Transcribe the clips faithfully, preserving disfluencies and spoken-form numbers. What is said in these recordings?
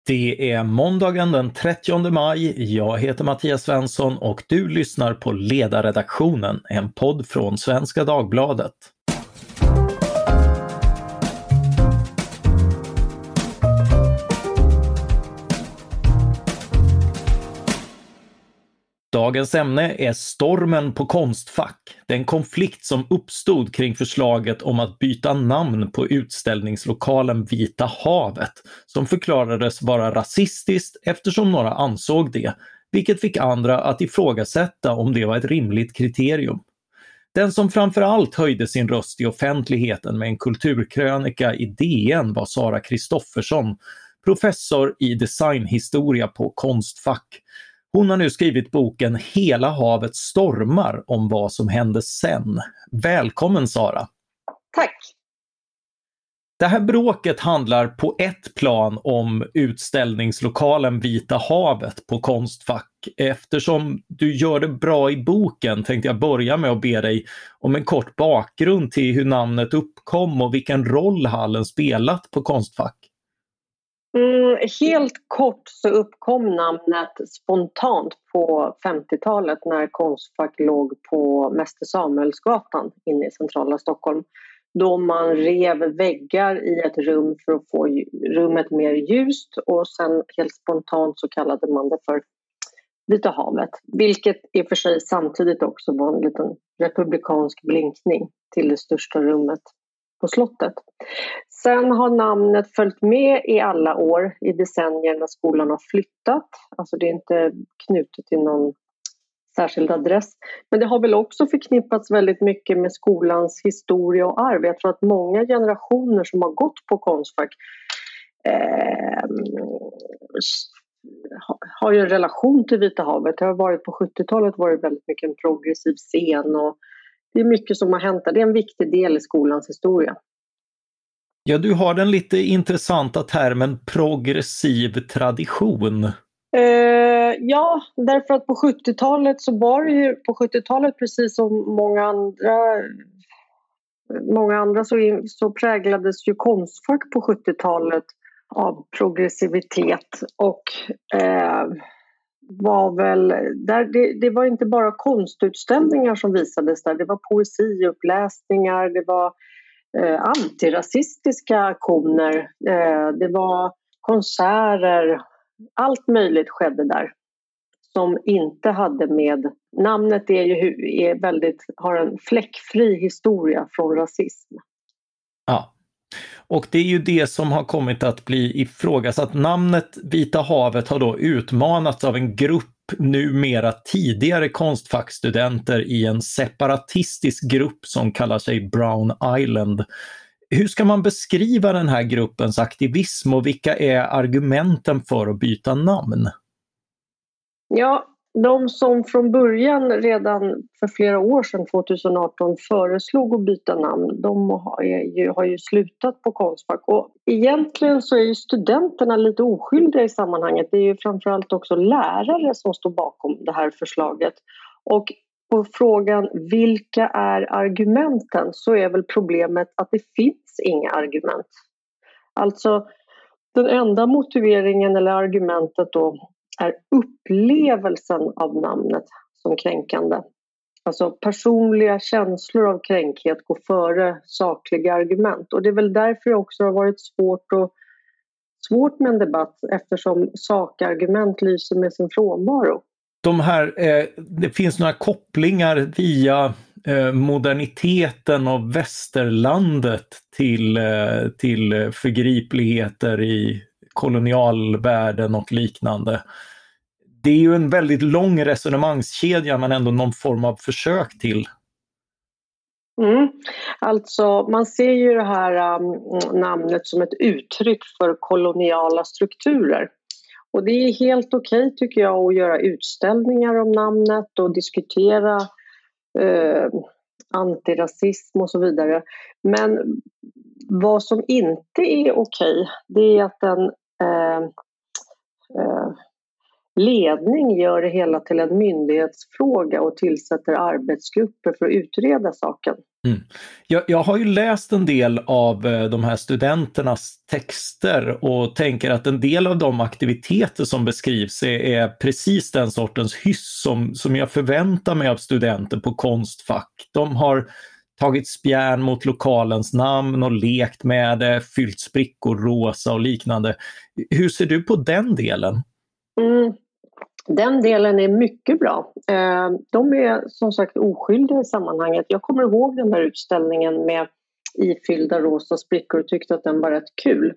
Det är måndagen den trettionde maj. Jag heter Mattias Svensson och du lyssnar på Ledarredaktionen, en podd från Svenska Dagbladet. Dagens ämne är stormen på Konstfack, den konflikt som uppstod kring förslaget om att byta namn på utställningslokalen Vita havet, som förklarades vara rasistiskt eftersom några ansåg det, vilket fick andra att ifrågasätta om det var ett rimligt kriterium. Den som framförallt höjde sin röst i offentligheten med en kulturkrönika i D N var Sara Kristoffersson, professor i designhistoria på Konstfack. Hon har nu skrivit boken Hela havet stormar om vad som hände sen. Välkommen Sara! Tack! Det här bråket handlar på ett plan om utställningslokalen Vita havet på Konstfack. Eftersom du gör det bra i boken tänkte jag börja med att be dig om en kort bakgrund till hur namnet uppkom och vilken roll hallen spelat på Konstfack. Mm, helt kort så uppkom namnet spontant på femtiotalet när Konstfack låg på Mäster Samuelsgatan inne i centrala Stockholm. Då man rev väggar i ett rum för att få rummet mer ljust och sen helt spontant så kallade man det för Vita havet. Vilket i och för sig samtidigt också var en liten republikansk blinkning till det största rummet på slottet. Sen har namnet följt med i alla år, i decennier när skolan har flyttat. Alltså det är inte knutet till någon särskild adress. Men det har väl också förknippats väldigt mycket med skolans historia och arv. Jag tror att många generationer som har gått på Konstfack eh, har ju en relation till Vita havet. Det har varit på sjuttiotalet var det väldigt mycket en progressiv scen och det är mycket som har hänt. Det är en viktig del i skolans historia. Ja, du har den lite intressanta termen progressiv tradition. Uh, ja, därför att på sjuttiotalet så var det ju på sjuttiotalet precis som många andra många andra så, så präglades ju Konstfack på sjuttiotalet av progressivitet och uh, var väl där det, det var inte bara konstutställningar som visades där, det var poesiuppläsningar, det var eh, antirasistiska aktioner, eh, det var konserter, allt möjligt skedde där som inte hade med namnet är ju är väldigt har en fläckfri historia från rasism. Ja. Och det är ju det som har kommit att bli ifrågasatt. Namnet Vita havet har då utmanats av en grupp numera tidigare konstfackstudenter i en separatistisk grupp som kallar sig Brown Island. Hur ska man beskriva den här gruppens aktivism och vilka är argumenten för att byta namn? Ja, de som från början redan för flera år sedan, tjugoarton, föreslog att byta namn, de har ju, har ju slutat på Konstfack. Och egentligen så är ju studenterna lite oskyldiga i sammanhanget. Det är ju framförallt också lärare som står bakom det här förslaget. Och på frågan vilka är argumenten så är väl problemet att det finns inga argument. Alltså den enda motiveringen eller argumentet då är upplevelsen av namnet som kränkande. Alltså personliga känslor av kränkhet går före sakliga argument. Och det är väl därför det också har varit svårt, och, svårt med en debatt eftersom sakargument lyser med sin frånvaro. De här, eh, det finns några kopplingar via eh, moderniteten och västerlandet till, eh, till förgripligheter i kolonialvärlden och liknande. Det är ju en väldigt lång resonemangskedja men ändå någon form av försök till. Mm. Alltså man ser ju det här um, namnet som ett uttryck för koloniala strukturer. Och det är helt okej okay, tycker jag, att göra utställningar om namnet och diskutera eh, antirasism och så vidare. Men vad som inte är okej, okay, det är att den eh, eh, ledning gör det hela till en myndighetsfråga och tillsätter arbetsgrupper för att utreda saken. Mm. Jag, jag har ju läst en del av de här studenternas texter och tänker att en del av de aktiviteter som beskrivs är, är precis den sortens hyss som, som jag förväntar mig av studenter på Konstfack. De har tagit spjärn mot lokalens namn och lekt med det, fyllt sprickor rosa och liknande. Hur ser du på den delen? Mm. Den delen är mycket bra. De är som sagt oskyldiga i sammanhanget. Jag kommer ihåg den här utställningen med ifyllda rosa sprickor och tyckte att den var rätt kul.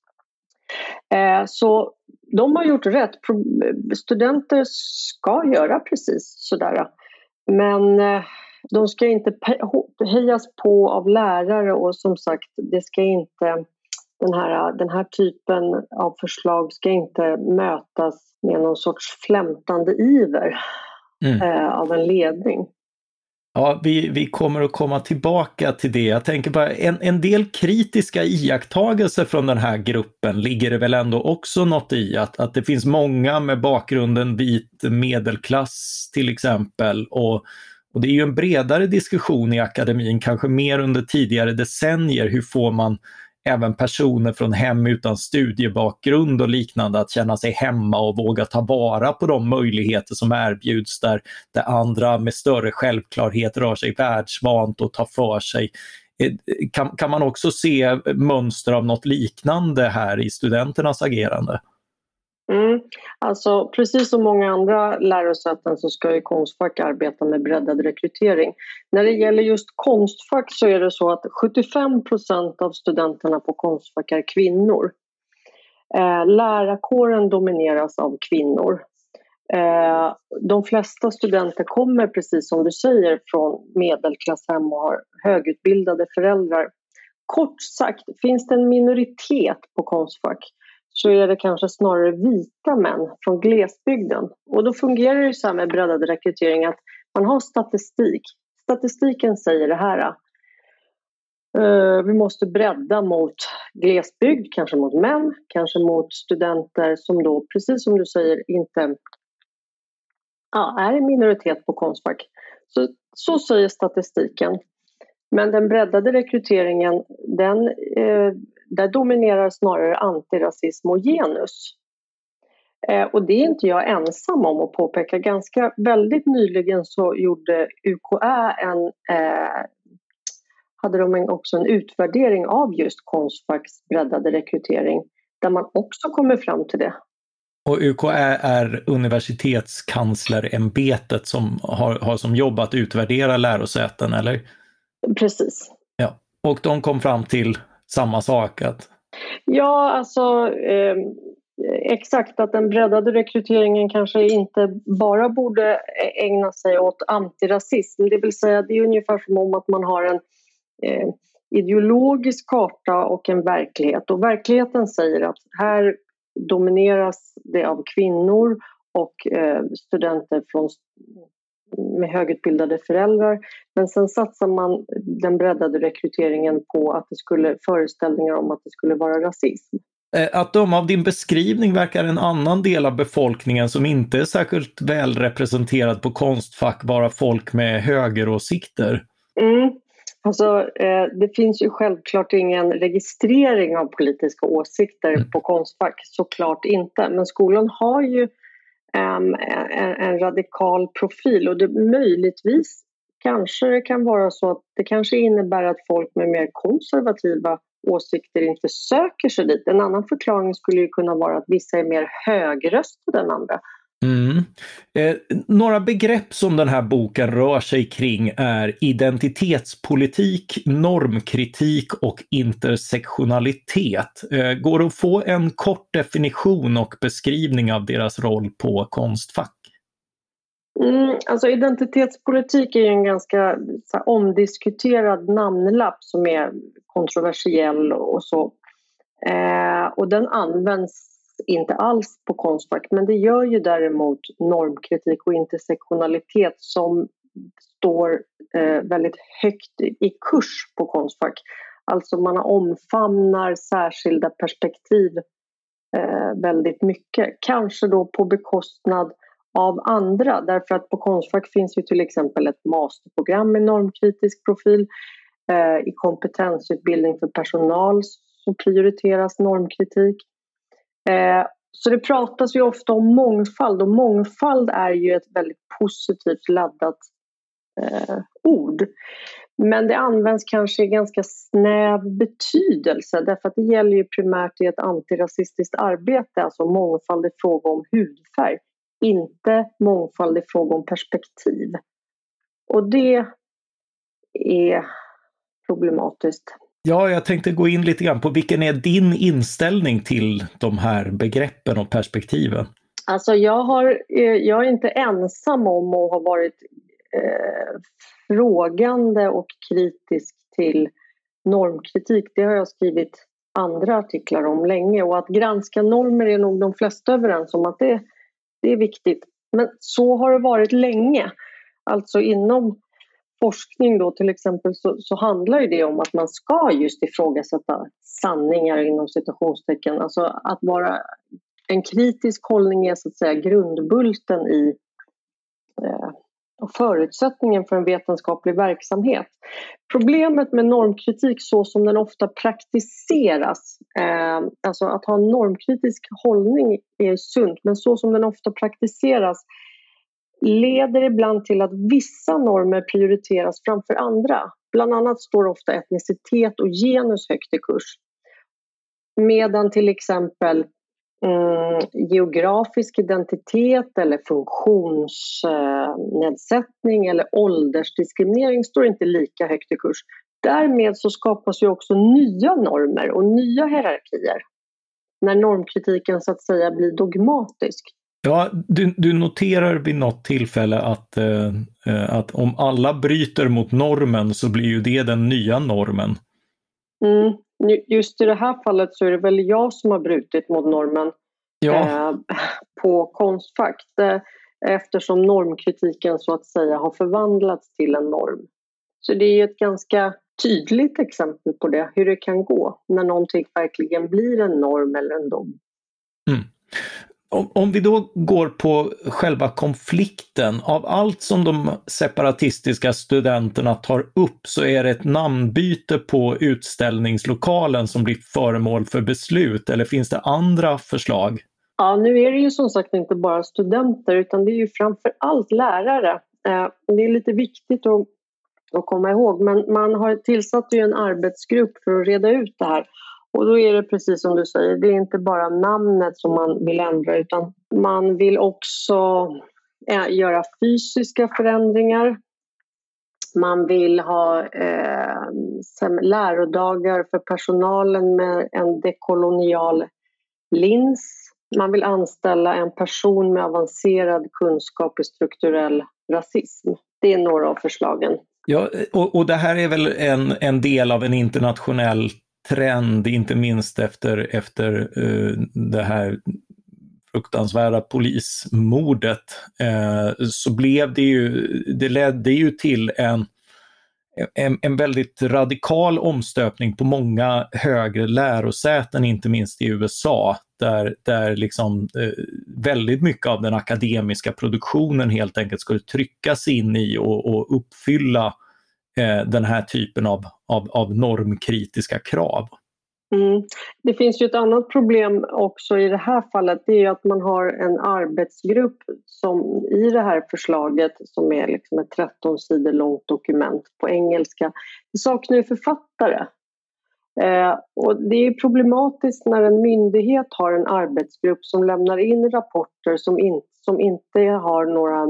Så de har gjort rätt. Studenter ska göra precis sådär. Men de ska inte hejas på av lärare och som sagt, det ska inte, den här, den här typen av förslag ska inte mötas med någon sorts flämtande iver mm. eh, av en ledning. Ja, vi, vi kommer att komma tillbaka till det. Jag tänker bara, en, en del kritiska iakttagelser från den här gruppen ligger det väl ändå också något i att, att det finns många med bakgrunden vit medelklass till exempel och, och det är ju en bredare diskussion i akademin, kanske mer under tidigare decennier, hur får man även personer från hem utan studiebakgrund och liknande att känna sig hemma och våga ta vara på de möjligheter som erbjuds där, där andra med större självklarhet rör sig världsvant och tar för sig. Kan, kan man också se mönster av något liknande här i studenternas agerande? Mm. Alltså precis som många andra lärosäten så ska ju Konstfack arbeta med breddad rekrytering. När det gäller just Konstfack så är det så att sjuttiofem procent av studenterna på Konstfack är kvinnor. Eh, lärarkåren domineras av kvinnor. Eh, de flesta studenter kommer precis som du säger från medelklasshem och har högutbildade föräldrar. Kort sagt, finns det en minoritet på Konstfack så är det kanske snarare vita män från glesbygden. Och då fungerar det så här med breddad rekrytering att man har statistik. Statistiken säger det här. Uh, vi måste bredda mot glesbygd, kanske mot män, kanske mot studenter som då, precis som du säger, inte ja, är en minoritet på Konstfack. Så, så säger statistiken. Men den breddade rekryteringen, den, eh, där dominerar snarare antirasism och genus. Eh, och det är inte jag ensam om att påpeka. Ganska väldigt nyligen så gjorde U K Ä en, eh, hade de en, också en utvärdering av just Konstfacks breddade rekrytering. Där man också kommer fram till det. Och U K Ä är universitetskanslerämbetet som har, har som jobb att utvärdera lärosäten, eller? Precis. Ja, och de kom fram till samma sak? Att... Ja, alltså eh, exakt att den breddade rekryteringen kanske inte bara borde ägna sig åt antirasism. Det vill säga det är ungefär som om att man har en eh, ideologisk karta och en verklighet. Och verkligheten säger att här domineras det av kvinnor och eh, studenter från med högutbildade föräldrar. Men sen satsar man den breddade rekryteringen på att det skulle föreställningar om att det skulle vara rasism. Att döma av din beskrivning verkar en annan del av befolkningen som inte är särskilt väl representerad på Konstfack vara folk med högeråsikter. Mm. Alltså, eh, det finns ju självklart ingen registrering av politiska åsikter mm. på Konstfack, såklart inte. Men skolan har ju Um, en, en radikal profil och det möjligtvis kanske det kan vara så att det kanske innebär att folk med mer konservativa åsikter inte söker sig dit. En annan förklaring skulle ju kunna vara att vissa är mer högröstade än andra. Mm. Eh, några begrepp som den här boken rör sig kring är identitetspolitik, normkritik och intersektionalitet. Eh, går det att få en kort definition och beskrivning av deras roll på Konstfack? Mm, alltså identitetspolitik är ju en ganska så här, omdiskuterad namnlapp som är kontroversiell och så. Eh, och den används inte alls på Konstfack, men det gör ju däremot normkritik och intersektionalitet som står eh, väldigt högt i kurs på Konstfack. Alltså man omfamnar särskilda perspektiv eh, väldigt mycket. Kanske då på bekostnad av andra, därför att på Konstfack finns ju till exempel ett masterprogram med normkritisk profil. Eh, I kompetensutbildning för personal så prioriteras normkritik. Eh, så det pratas ju ofta om mångfald, och mångfald är ju ett väldigt positivt laddat eh, ord. Men det används kanske i ganska snäv betydelse, därför att det gäller ju primärt i ett antirasistiskt arbete, alltså mångfald i fråga om hudfärg, inte mångfald i fråga om perspektiv. Och det är problematiskt. Ja, jag tänkte gå in lite grann på vilken är din inställning till de här begreppen och perspektiven? Alltså jag, har, jag är inte ensam om att ha varit eh, frågande och kritisk till normkritik. Det har jag skrivit andra artiklar om länge, och att granska normer är nog de flesta överens om att det, det är viktigt. Men så har det varit länge. Alltså inom forskning då till exempel så, så handlar ju det om att man ska just ifrågasätta sanningar inom citationstecken. Alltså att vara en kritisk hållning är så att säga grundbulten i eh, och förutsättningen för en vetenskaplig verksamhet. Problemet med normkritik så som den ofta praktiseras, eh, alltså att ha en normkritisk hållning är sunt, men så som den ofta praktiseras leder ibland till att vissa normer prioriteras framför andra. Bland annat står ofta etnicitet och genus högt i kurs. Medan till exempel mm, geografisk identitet eller funktionsnedsättning eh, eller åldersdiskriminering står inte lika högt i kurs. Därmed så skapas ju också nya normer och nya hierarkier när normkritiken så att säga blir dogmatisk. Ja, du, du noterar vid något tillfälle att, eh, att om alla bryter mot normen så blir ju det den nya normen. Mm, just i det här fallet så är det väl jag som har brutit mot normen ja. eh, på Konstfack. Eftersom normkritiken så att säga har förvandlats till en norm. Så det är ett ganska tydligt exempel på det, hur det kan gå när någonting verkligen blir en norm eller en dom. Mm. Om vi då går på själva konflikten, av allt som de separatistiska studenterna tar upp så är det ett namnbyte på utställningslokalen som blir föremål för beslut, eller finns det andra förslag? Ja, nu är det ju som sagt inte bara studenter utan det är ju framför allt lärare. Det är lite viktigt att, att komma ihåg, men man har tillsatt ju en arbetsgrupp för att reda ut det här. Och då är det precis som du säger, det är inte bara namnet som man vill ändra utan man vill också äh, göra fysiska förändringar. Man vill ha äh, lärodagar för personalen med en dekolonial lins. Man vill anställa en person med avancerad kunskap i strukturell rasism. Det är några av förslagen. Ja, och, och det här är väl en, en del av en internationell trend, inte minst efter, efter uh, det här fruktansvärda polismordet, uh, så blev det ju, det ledde ju till en, en, en väldigt radikal omstöpning på många högre lärosäten, inte minst i U S A, där, där liksom uh, väldigt mycket av den akademiska produktionen helt enkelt skulle tryckas in i och, och uppfylla den här typen av, av, av normkritiska krav. Mm. Det finns ju ett annat problem också i det här fallet. Det är ju att man har en arbetsgrupp som i det här förslaget som är liksom ett tretton sidor långt dokument på engelska. Det saknar ju författare. Eh, och det är problematiskt när en myndighet har en arbetsgrupp som lämnar in rapporter som, in, som inte har några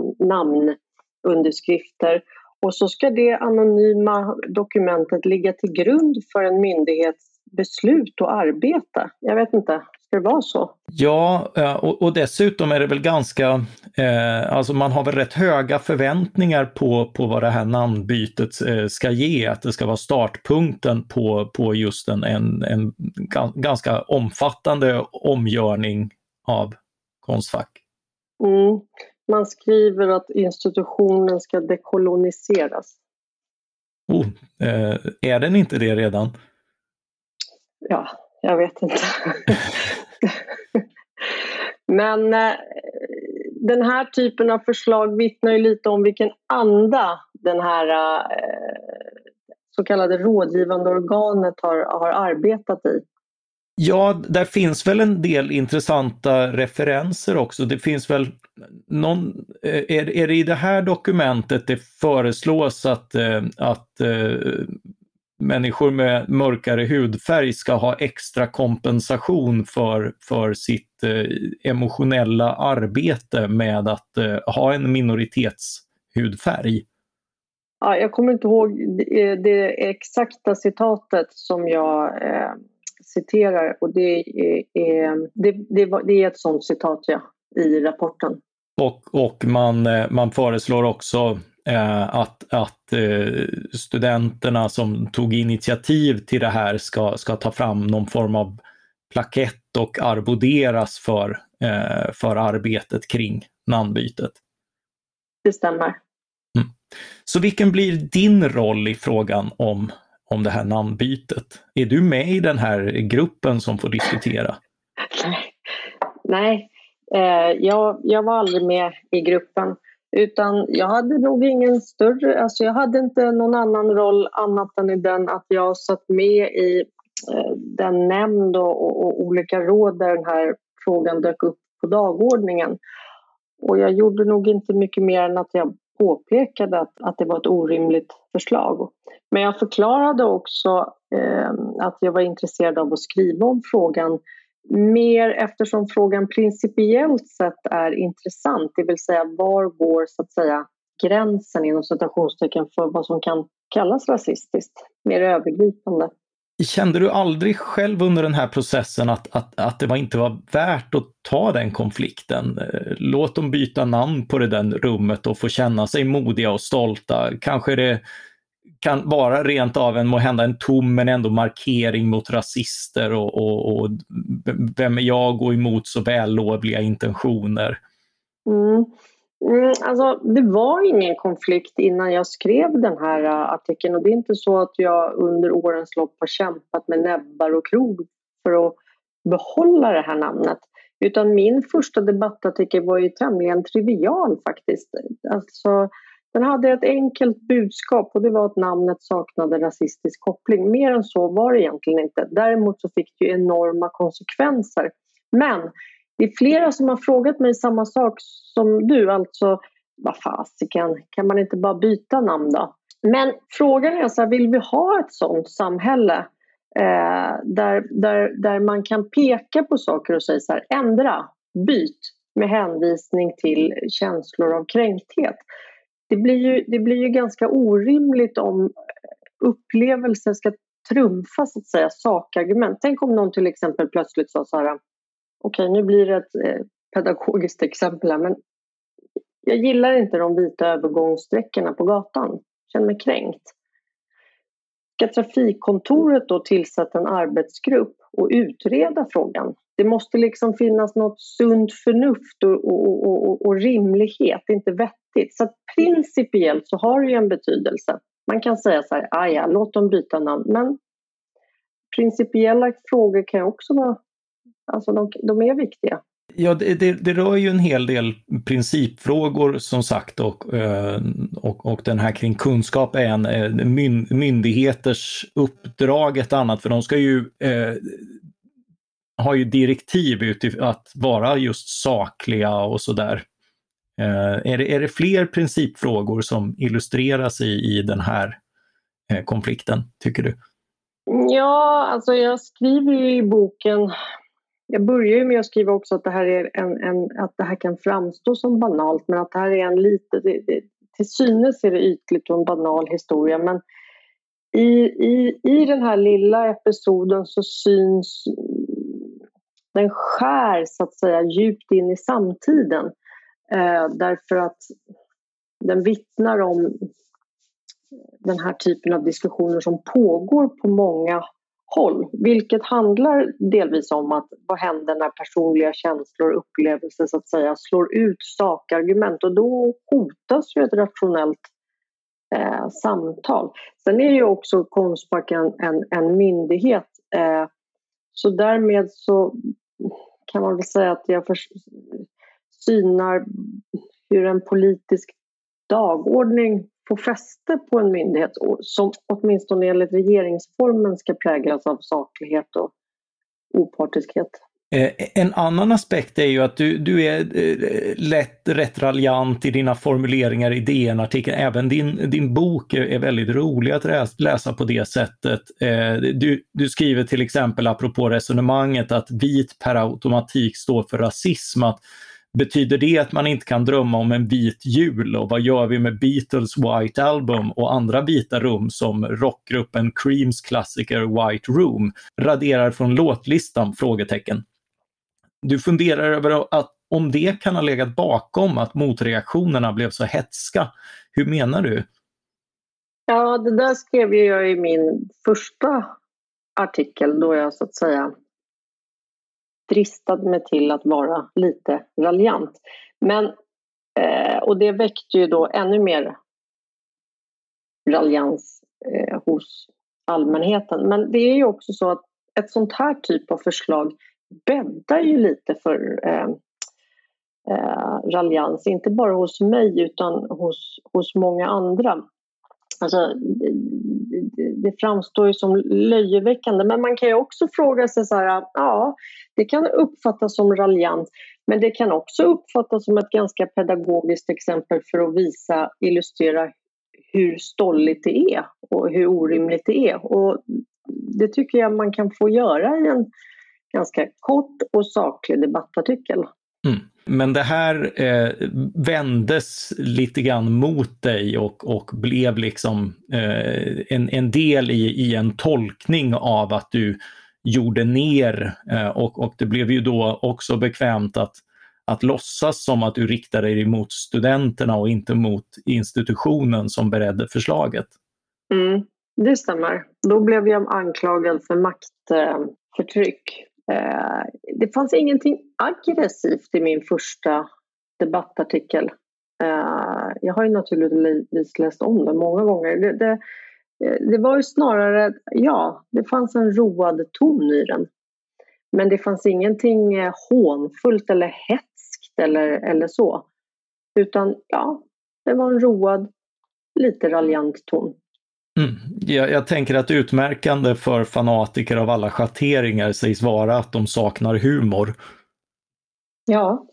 namnunderskrifter. Och så ska det anonyma dokumentet ligga till grund för en myndighets beslut och arbete. Jag vet inte, ska det vara så? Ja, och, och dessutom är det väl ganska, eh, alltså man har väl rätt höga förväntningar på, på vad det här namnbytet eh, ska ge, att det ska vara startpunkten på, på just en, en, en ganska omfattande omgörning av Konstfack. Mm. Man skriver att institutionen ska dekoloniseras. Oh, eh, är den inte det redan? Ja, jag vet inte. Men eh, den här typen av förslag vittnar ju lite om vilken anda den här eh, så kallade rådgivande organet har, har arbetat i. Ja, där finns väl en del intressanta referenser också. Det finns väl någon, är, är det i det här dokumentet det föreslås att, att människor med mörkare hudfärg ska ha extra kompensation för, för sitt emotionella arbete med att ha en minoritetshudfärg? Ja, jag kommer inte ihåg det, det exakta citatet som jag eh, citerar, och det är, är, det, det, det är ett sådant citat, ja, i rapporten. Och, och man, man föreslår också eh, att, att eh, studenterna som tog initiativ till det här ska, ska ta fram någon form av plakett och arvoderas för, eh, för arbetet kring namnbytet. Det stämmer. Mm. Så vilken blir din roll i frågan om, om det här namnbytet? Är du med i den här gruppen som får diskutera? Nej, eh, jag, jag var aldrig med i gruppen, utan jag hade nog ingen större, alltså jag hade inte någon annan roll annat än i den att jag satt med i eh, den nämnd och, och, och olika råd där den här frågan dök upp på dagordningen. Och jag gjorde nog inte mycket mer än att jag påpekade att, att det var ett orimligt förslag. Men jag förklarade också eh, att jag var intresserad av att skriva om frågan mer eftersom frågan principiellt sett är intressant. Det vill säga, var går så att säga gränsen inom citationstecken för vad som kan kallas rasistiskt, mer övergripande. Kände du aldrig själv under den här processen att, att, att det var inte var värt att ta den konflikten? Låt dem byta namn på det där rummet och få känna sig modiga och stolta. Kanske det kan vara rent av en, må hända en tom men ändå markering mot rasister och, och, och vem är jag går emot så vällovliga intentioner? Mm. Mm, alltså, det var ingen konflikt innan jag skrev den här uh, artikeln, och det är inte så att jag under årens lopp har kämpat med näbbar och krog för att behålla det här namnet, utan min första debattartikel var ju tämligen trivial faktiskt. Alltså, den hade ett enkelt budskap, och det var att namnet saknade rasistisk koppling. Mer än så var det egentligen inte. Däremot så fick det ju enorma konsekvenser. Men det är flera som har frågat mig samma sak som du, alltså vad fasiken, kan man inte bara byta namn då? Men frågan är så här, vill vi ha ett sådant samhälle eh, där, där, där man kan peka på saker och säga så här, ändra, byt med hänvisning till känslor av kränkthet? Det blir ju, det blir ju ganska orimligt om upplevelser ska trumfa så att säga sakargument. Tänk om någon till exempel plötsligt sa så här, okej, nu blir det ett eh, pedagogiskt exempel här, men jag gillar inte de vita övergångssträckorna på gatan. Känner mig kränkt. Ska trafikkontoret då tillsätta en arbetsgrupp och utreda frågan? Det måste liksom finnas något sunt förnuft och, och, och, och, och rimlighet, inte vettigt. Så att principiellt så har det ju en betydelse. Man kan säga så här, ah ja, låt dem byta namn. Men principiella frågor kan också vara, alltså de, de är viktiga. Ja, det, det, det rör ju en hel del principfrågor som sagt, och, och, och den här kring kunskap är en myn, myndigheters uppdrag ett annat, för de ska ju eh, ha ju direktiv ut att vara just sakliga och sådär. Eh, är, det, är det fler principfrågor som illustreras i, i den här eh, konflikten, tycker du? Ja, alltså jag skriver ju i boken, jag börjar ju med att skriva också att det här, är en, en, att det här kan framstå som banalt, men att det här är en lite, det, det, till synes är det ytligt och en banal historia, men i, i, i den här lilla episoden så syns, den skär så att säga djupt in i samtiden, eh, därför att den vittnar om den här typen av diskussioner som pågår på många håll, vilket handlar delvis om att vad händer när personliga känslor och upplevelser så att säga slår ut sakargument, och då hotas ju ett rationellt eh, samtal. Sen är ju också Konstfack en, en, en myndighet, eh, så därmed så kan man väl säga att jag för, synar hur en politisk dagordning får fäste på en myndighet som åtminstone enligt regeringsformen ska präglas av saklighet och opartiskhet. En annan aspekt är ju att du, du är lätt rätt raljant i dina formuleringar i D N-artikeln. Även din, din bok är väldigt rolig att läsa på det sättet. Du, du skriver till exempel apropå resonemanget att vit per automatik står för rasism. Att betyder det att man inte kan drömma om en vit jul, och vad gör vi med Beatles White Album och andra vita rum som rockgruppen Creams klassiker White Room raderar från låtlistan? Frågetecken. Du funderar över att om det kan ha legat bakom att motreaktionerna blev så hetska. Hur menar du? Ja, det där skrev jag i min första artikel då jag så att säga dristade mig till att vara lite raljant. Men, eh, och det väckte ju då ännu mer raljans eh, hos allmänheten. Men det är ju också så att ett sånt här typ av förslag bäddar ju lite för eh, eh, raljans, inte bara hos mig utan hos, hos många andra. Alltså, det, det framstår ju som löjeväckande, men man kan ju också fråga sig så här, ja, det kan uppfattas som raljant, men det kan också uppfattas som ett ganska pedagogiskt exempel för att visa, illustrera hur stolligt det är och hur orimligt det är. Och det tycker jag man kan få göra i en ganska kort och saklig debattartikel. Mm. Men det här eh, vändes lite grann mot dig och, och blev liksom eh, en, en del i, i en tolkning av att du gjorde ner eh, och, och det blev ju då också bekvämt att, att låtsas som att du riktade dig mot studenterna och inte mot institutionen som beredde förslaget. Mm, det stämmer. Då blev jag anklagad för maktförtryck. Eh, det fanns ingenting aggressivt i min första debattartikel. Eh, jag har ju naturligtvis läst om det många gånger. Det, det, det var ju snarare, ja, det fanns en road ton i den. Men det fanns ingenting hånfullt eller hetskt eller, eller så. Utan ja, det var en road, lite raljant ton. Mm. Jag, jag tänker att utmärkande för fanatiker av alla schatteringar sägs vara att de saknar humor. Ja.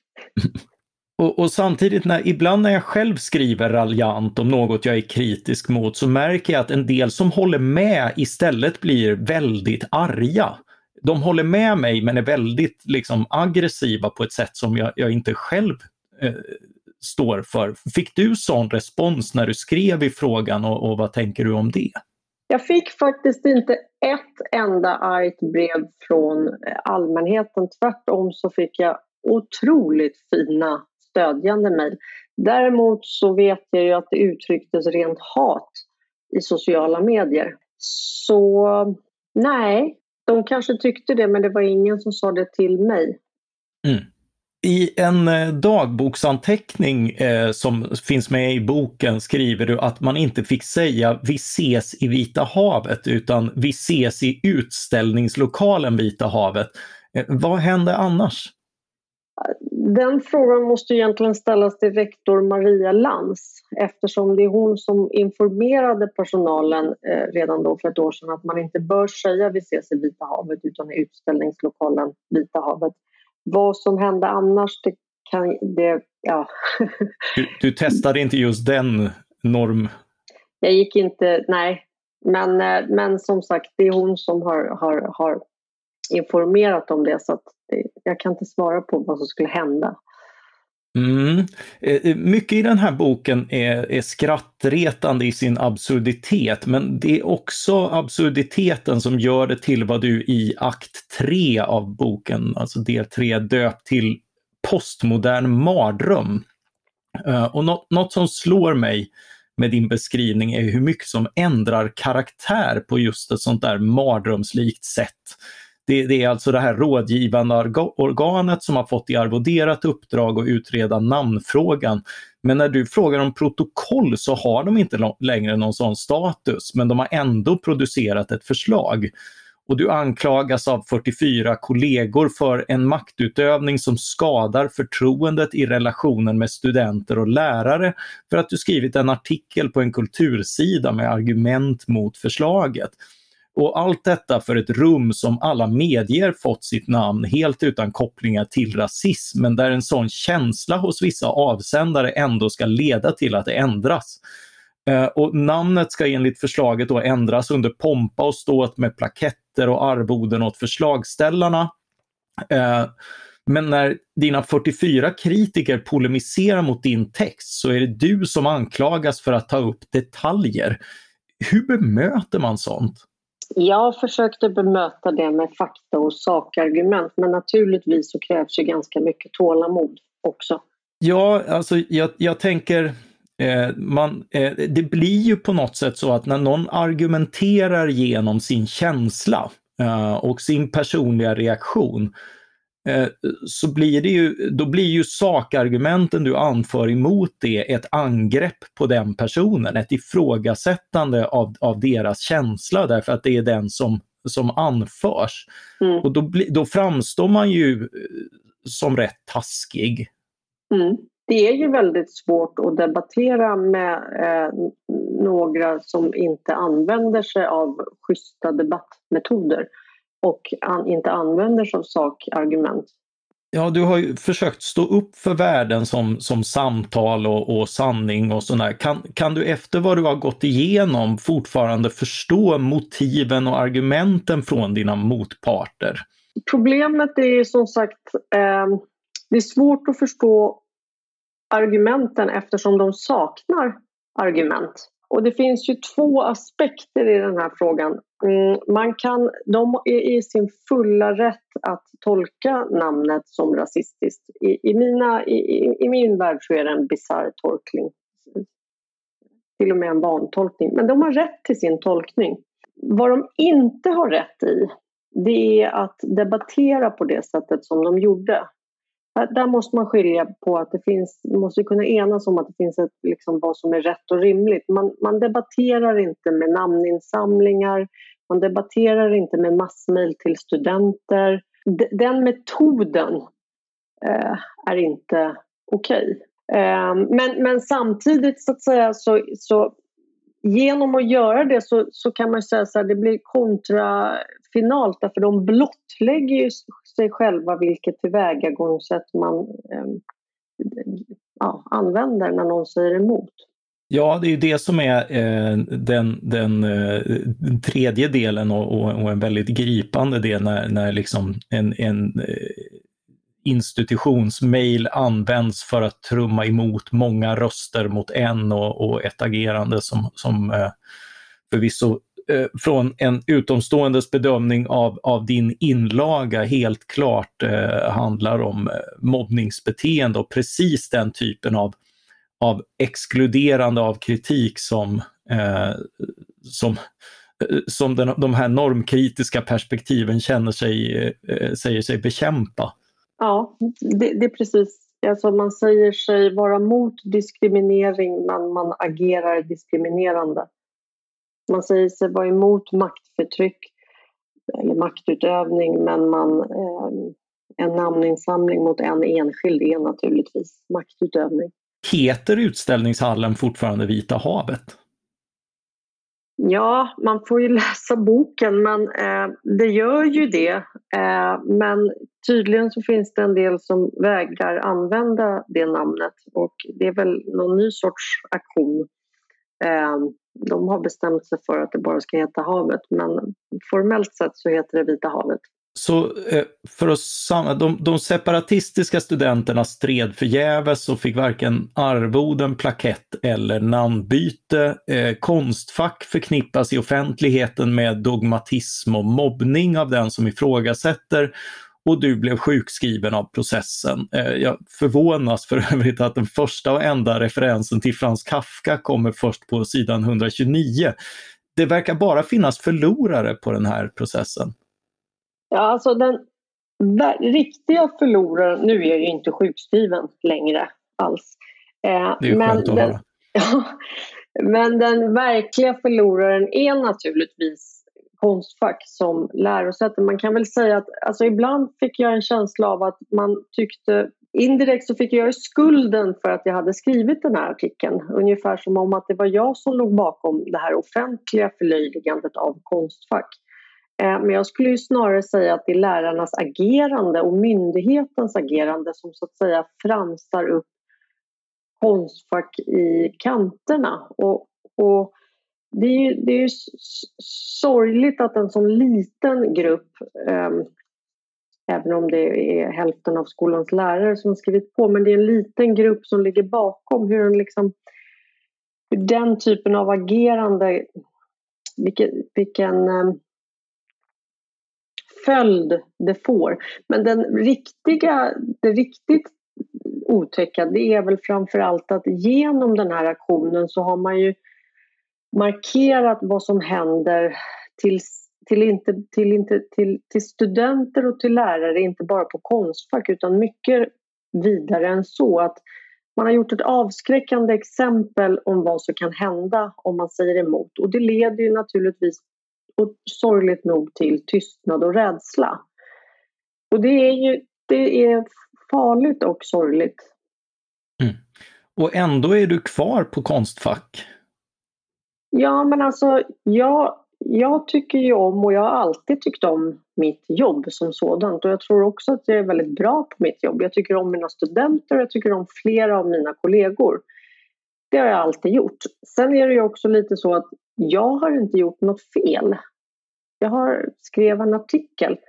och, och samtidigt, när, ibland när jag själv skriver raljant om något jag är kritisk mot, så märker jag att en del som håller med istället blir väldigt arga. De håller med mig men är väldigt liksom, aggressiva på ett sätt som jag, jag inte själv eh, står för. Fick du sån respons när du skrev i frågan och, och vad tänker du om det? Jag fick faktiskt inte ett enda argt brev från allmänheten. Tvärtom så fick jag otroligt fina stödjande mejl. Däremot så vet jag ju att det uttrycktes rent hat i sociala medier. Så nej, de kanske tyckte det, men det var ingen som sa det till mig. Mm. I en eh, dagboksanteckning eh, som finns med i boken skriver du att man inte fick säga vi ses i Vita havet utan vi ses i utställningslokalen Vita havet. Eh, vad hände annars? Den frågan måste egentligen ställas till rektor Maria Lantz, eftersom det är hon som informerade personalen eh, redan då för ett år sedan att man inte bör säga vi ses i Vita havet utan i utställningslokalen Vita havet. Vad som hände annars, det kan det, ja. du, du testade inte just den norm? Jag gick inte, nej. Men, men som sagt, det är hon som har, har, har informerat om det, så att jag kan inte svara på vad som skulle hända. Mm. Mycket i den här boken är, är skrattretande i sin absurditet, men det är också absurditeten som gör det till vad du i akt tre av boken, alltså del tre, döpt till postmodern mardröm. Och något, något som slår mig med din beskrivning är hur mycket som ändrar karaktär på just ett sånt där mardrömslikt sätt. Det, det är alltså det här rådgivande organet som har fått i arvoderat uppdrag att utreda namnfrågan. Men när du frågar om protokoll så har de inte längre någon sån status, men de har ändå producerat ett förslag. och du anklagas av fyrtiofyra kollegor för en maktutövning som skadar förtroendet i relationen med studenter och lärare för att du skrivit en artikel på en kultursida med argument mot förslaget. Och allt detta för ett rum som alla medier fått sitt namn helt utan kopplingar till rasism, men där en sån känsla hos vissa avsändare ändå ska leda till att det ändras. Eh, och namnet ska enligt förslaget då ändras under pompa och ståt med plaketter och arvoden åt förslagställarna. Eh, men när dina fyrtiofyra kritiker polemiserar mot din text så är det du som anklagas för att ta upp detaljer. Hur bemöter man sånt? Jag försökte bemöta det med fakta och sakargument, men naturligtvis så krävs ju ganska mycket tålamod också. Ja, alltså jag, jag tänker, eh, man, eh, det blir ju på något sätt så att när någon argumenterar genom sin känsla eh, och sin personliga reaktion, eh, så blir det ju, då blir ju sakargumenten du anför emot det ett angrepp på den personen, ett ifrågasättande av, av deras känsla, därför att det är den som, som anförs. Mm. Och då, bli, då framstår man ju som rätt taskig. Mm. Det är ju väldigt svårt att debattera med eh, några som inte använder sig av schyssta debattmetoder och an, inte använder sig av sakargument. Ja, du har ju försökt stå upp för värden som, som samtal och, och sanning och sådär. Kan, kan du efter vad du har gått igenom fortfarande förstå motiven och argumenten från dina motparter? Problemet är ju som sagt, eh, det är svårt att förstå argumenten eftersom de saknar argument. Och det finns ju två aspekter i den här frågan. Mm, man kan, de är i sin fulla rätt att tolka namnet som rasistiskt. I, i, mina, i, i min värld så är det en bizarr tolkning. Till och med en vantolkning. Men de har rätt till sin tolkning. Vad de inte har rätt i, det är att debattera på det sättet som de gjorde. Där måste man skilja på att det finns, man måste kunna enas om att det finns ett, liksom, vad som är rätt och rimligt. Man, man debatterar inte med namninsamlingar, man debatterar inte med massmail till studenter. D- den metoden eh, är inte okej. Okay. Eh, men, men samtidigt så att säga så, så genom att göra det så, så kan man säga att det blir kontrafinalt, därför de blottlägger ju sig själva vilket tillvägagångssätt man eh, ja, använder när någon säger emot. Ja, det är ju det som är eh, den, den eh, tredje delen och, och, och en väldigt gripande del när, när liksom en, en eh, institutionsmail används för att trumma emot många röster mot en och, och ett agerande som, som eh, förvisso eh, från en utomståendes bedömning av, av din inlaga helt klart eh, handlar om eh, mobbningsbeteende och precis den typen av, av exkluderande av kritik som, eh, som, eh, som den, de här normkritiska perspektiven känner sig, eh, säger sig bekämpa. Ja, det, det är precis. Alltså man säger sig vara mot diskriminering men man agerar diskriminerande. Man säger sig vara emot maktförtryck eller maktutövning, men man, eh, en namninsamling mot en enskild är naturligtvis maktutövning. Heter utställningshallen fortfarande Vita havet? Ja, man får ju läsa boken, men eh, det gör ju det. Eh, men tydligen så finns det en del som vägrar använda det namnet och det är väl någon ny sorts aktion. Eh, de har bestämt sig för att det bara ska heta havet, men formellt sett så heter det Vita havet. Så eh, för oss, de, de separatistiska studenterna stred förgäves och fick varken arvoden, plakett eller namnbyte. Eh, konstfack förknippas i offentligheten med dogmatism och mobbning av den som ifrågasätter, och du blev sjukskriven av processen. Eh, jag förvånas för övrigt att den första och enda referensen till Frans Kafka kommer först på sidan etthundratjugonio. Det verkar bara finnas förlorare på den här processen. Ja, alltså den riktiga förloraren, nu är jag ju inte sjukskriven längre alls. Eh, det är ju men skönt att den, höra. Ja, men den verkliga förloraren är naturligtvis Konstfack som lärosäte. Man kan väl säga att alltså ibland fick jag en känsla av att man tyckte, indirekt så fick jag skulden för att jag hade skrivit den här artikeln. Ungefär som om att det var jag som låg bakom det här offentliga förlöjligandet av Konstfack. Men jag skulle ju snarare säga att det är lärarnas agerande och myndighetens agerande som så att säga fransar upp Konstfack i kanterna. Och, och det är ju, det är ju sorgligt att en sån liten grupp, eh, även om det är hälften av skolans lärare som har skrivit på, men det är en liten grupp som ligger bakom hur, en liksom, hur den typen av agerande, vilken, vilken eh, följd det får. Men den riktiga, det riktigt otäcka, det är väl framförallt att genom den här aktionen så har man ju markerat vad som händer till, till, inte, till, inte, till, till studenter och till lärare, inte bara på Konstfack utan mycket vidare än så. Att man har gjort ett avskräckande exempel om vad som kan hända om man säger emot. Och det leder ju naturligtvis och sorgligt nog till tystnad och rädsla. Och det är ju det är farligt och sorgligt. Mm. Och ändå är du kvar på Konstfack. Ja, men alltså jag, jag tycker ju om och jag har alltid tyckt om mitt jobb som sådant. Och jag tror också att jag är väldigt bra på mitt jobb. Jag tycker om mina studenter och jag tycker om flera av mina kollegor. Det har jag alltid gjort. Sen är det ju också lite så att jag har inte gjort något fel. Jag har skrivit en artikel.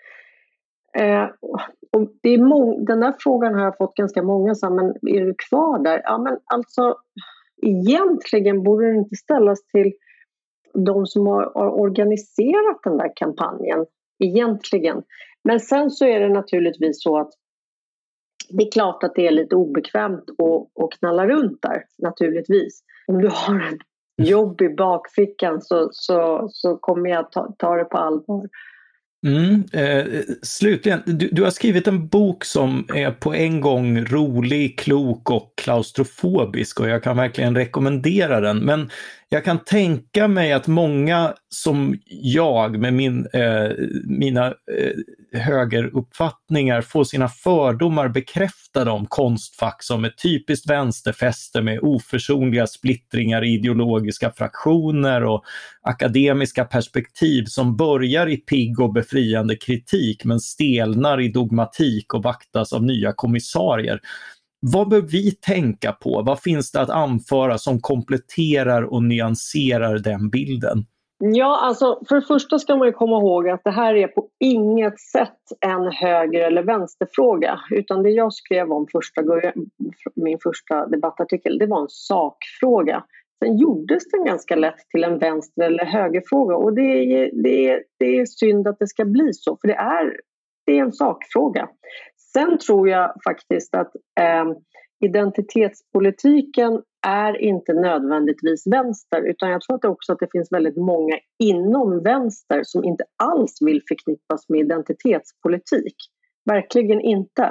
Eh, och det är må- den där frågan har jag fått ganska många så, men är du kvar där? Ja, men alltså egentligen borde det inte ställas till de som har, har organiserat den där kampanjen egentligen. Men sen så är det naturligtvis så att det är klart att det är lite obekvämt att, att knalla runt där, naturligtvis. Om du har ett jobb i bakfickan så, så, så kommer jag ta, ta det på allvar. Mm, eh, slutligen, du, du har skrivit en bok som är på en gång rolig, klok och klaustrofobisk och jag kan verkligen rekommendera den. Men jag kan tänka mig att många som jag med min, eh, mina eh, högeruppfattningar får sina fördomar bekräftade om Konstfack som ett typiskt vänsterfäste med oförsonliga splittringar i ideologiska fraktioner och akademiska perspektiv som börjar i pigg och befriande kritik men stelnar i dogmatik och vaktas av nya kommissarier. Vad bör vi tänka på? Vad finns det att anföra som kompletterar och nyanserar den bilden? Ja, alltså för det första ska man ju komma ihåg att det här är på inget sätt en höger- eller vänsterfråga. Utan det jag skrev om första, min första debattartikel, det var en sakfråga. Sen gjordes den ganska lätt till en vänster- eller högerfråga. Och det är, det, är, det är synd att det ska bli så, för det är, det är en sakfråga. Sen tror jag faktiskt att eh, identitetspolitiken är inte nödvändigtvis vänster, utan jag tror att det också att det finns väldigt många inom vänster som inte alls vill förknippas med identitetspolitik. Verkligen inte.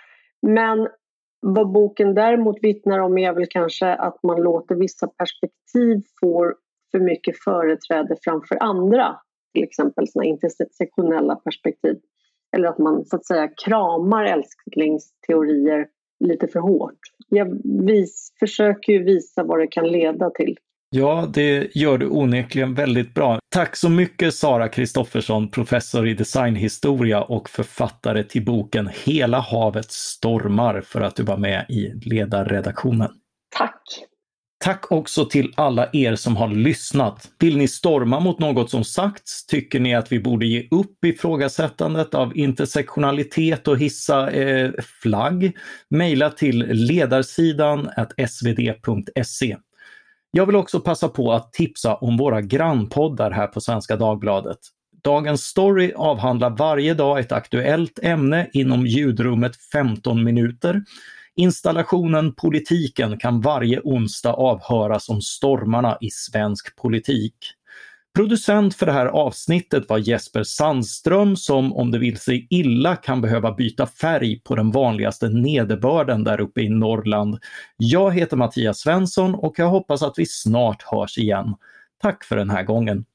Men vad boken däremot vittnar om är väl kanske att man låter vissa perspektiv få för mycket företräde framför andra. Till exempel såna intersektionella perspektiv. Eller att man så att säga kramar älsklingsteorier lite för hårt. Jag vis, försöker ju visa vad det kan leda till. Ja, det gör du onekligen väldigt bra. Tack så mycket Sara Kristoffersson, professor i designhistoria och författare till boken Hela havet stormar, för att du var med i ledarredaktionen. Tack! Tack också till alla er som har lyssnat. Vill ni storma mot något som sagts? Tycker ni att vi borde ge upp ifrågasättandet av intersektionalitet och hissa eh, flagg? Maila till ledarsidan at s v d punkt se. Jag vill också passa på att tipsa om våra grannpoddar här på Svenska Dagbladet. Dagens story avhandlar varje dag ett aktuellt ämne inom ljudrummet femton minuter. Installationen Politiken kan varje onsdag avhöras om stormarna i svensk politik. Producent för det här avsnittet var Jesper Sandström som, om det vill sig illa, kan behöva byta färg på den vanligaste nederbörden där uppe i Norrland. Jag heter Mattias Svensson och jag hoppas att vi snart hörs igen. Tack för den här gången.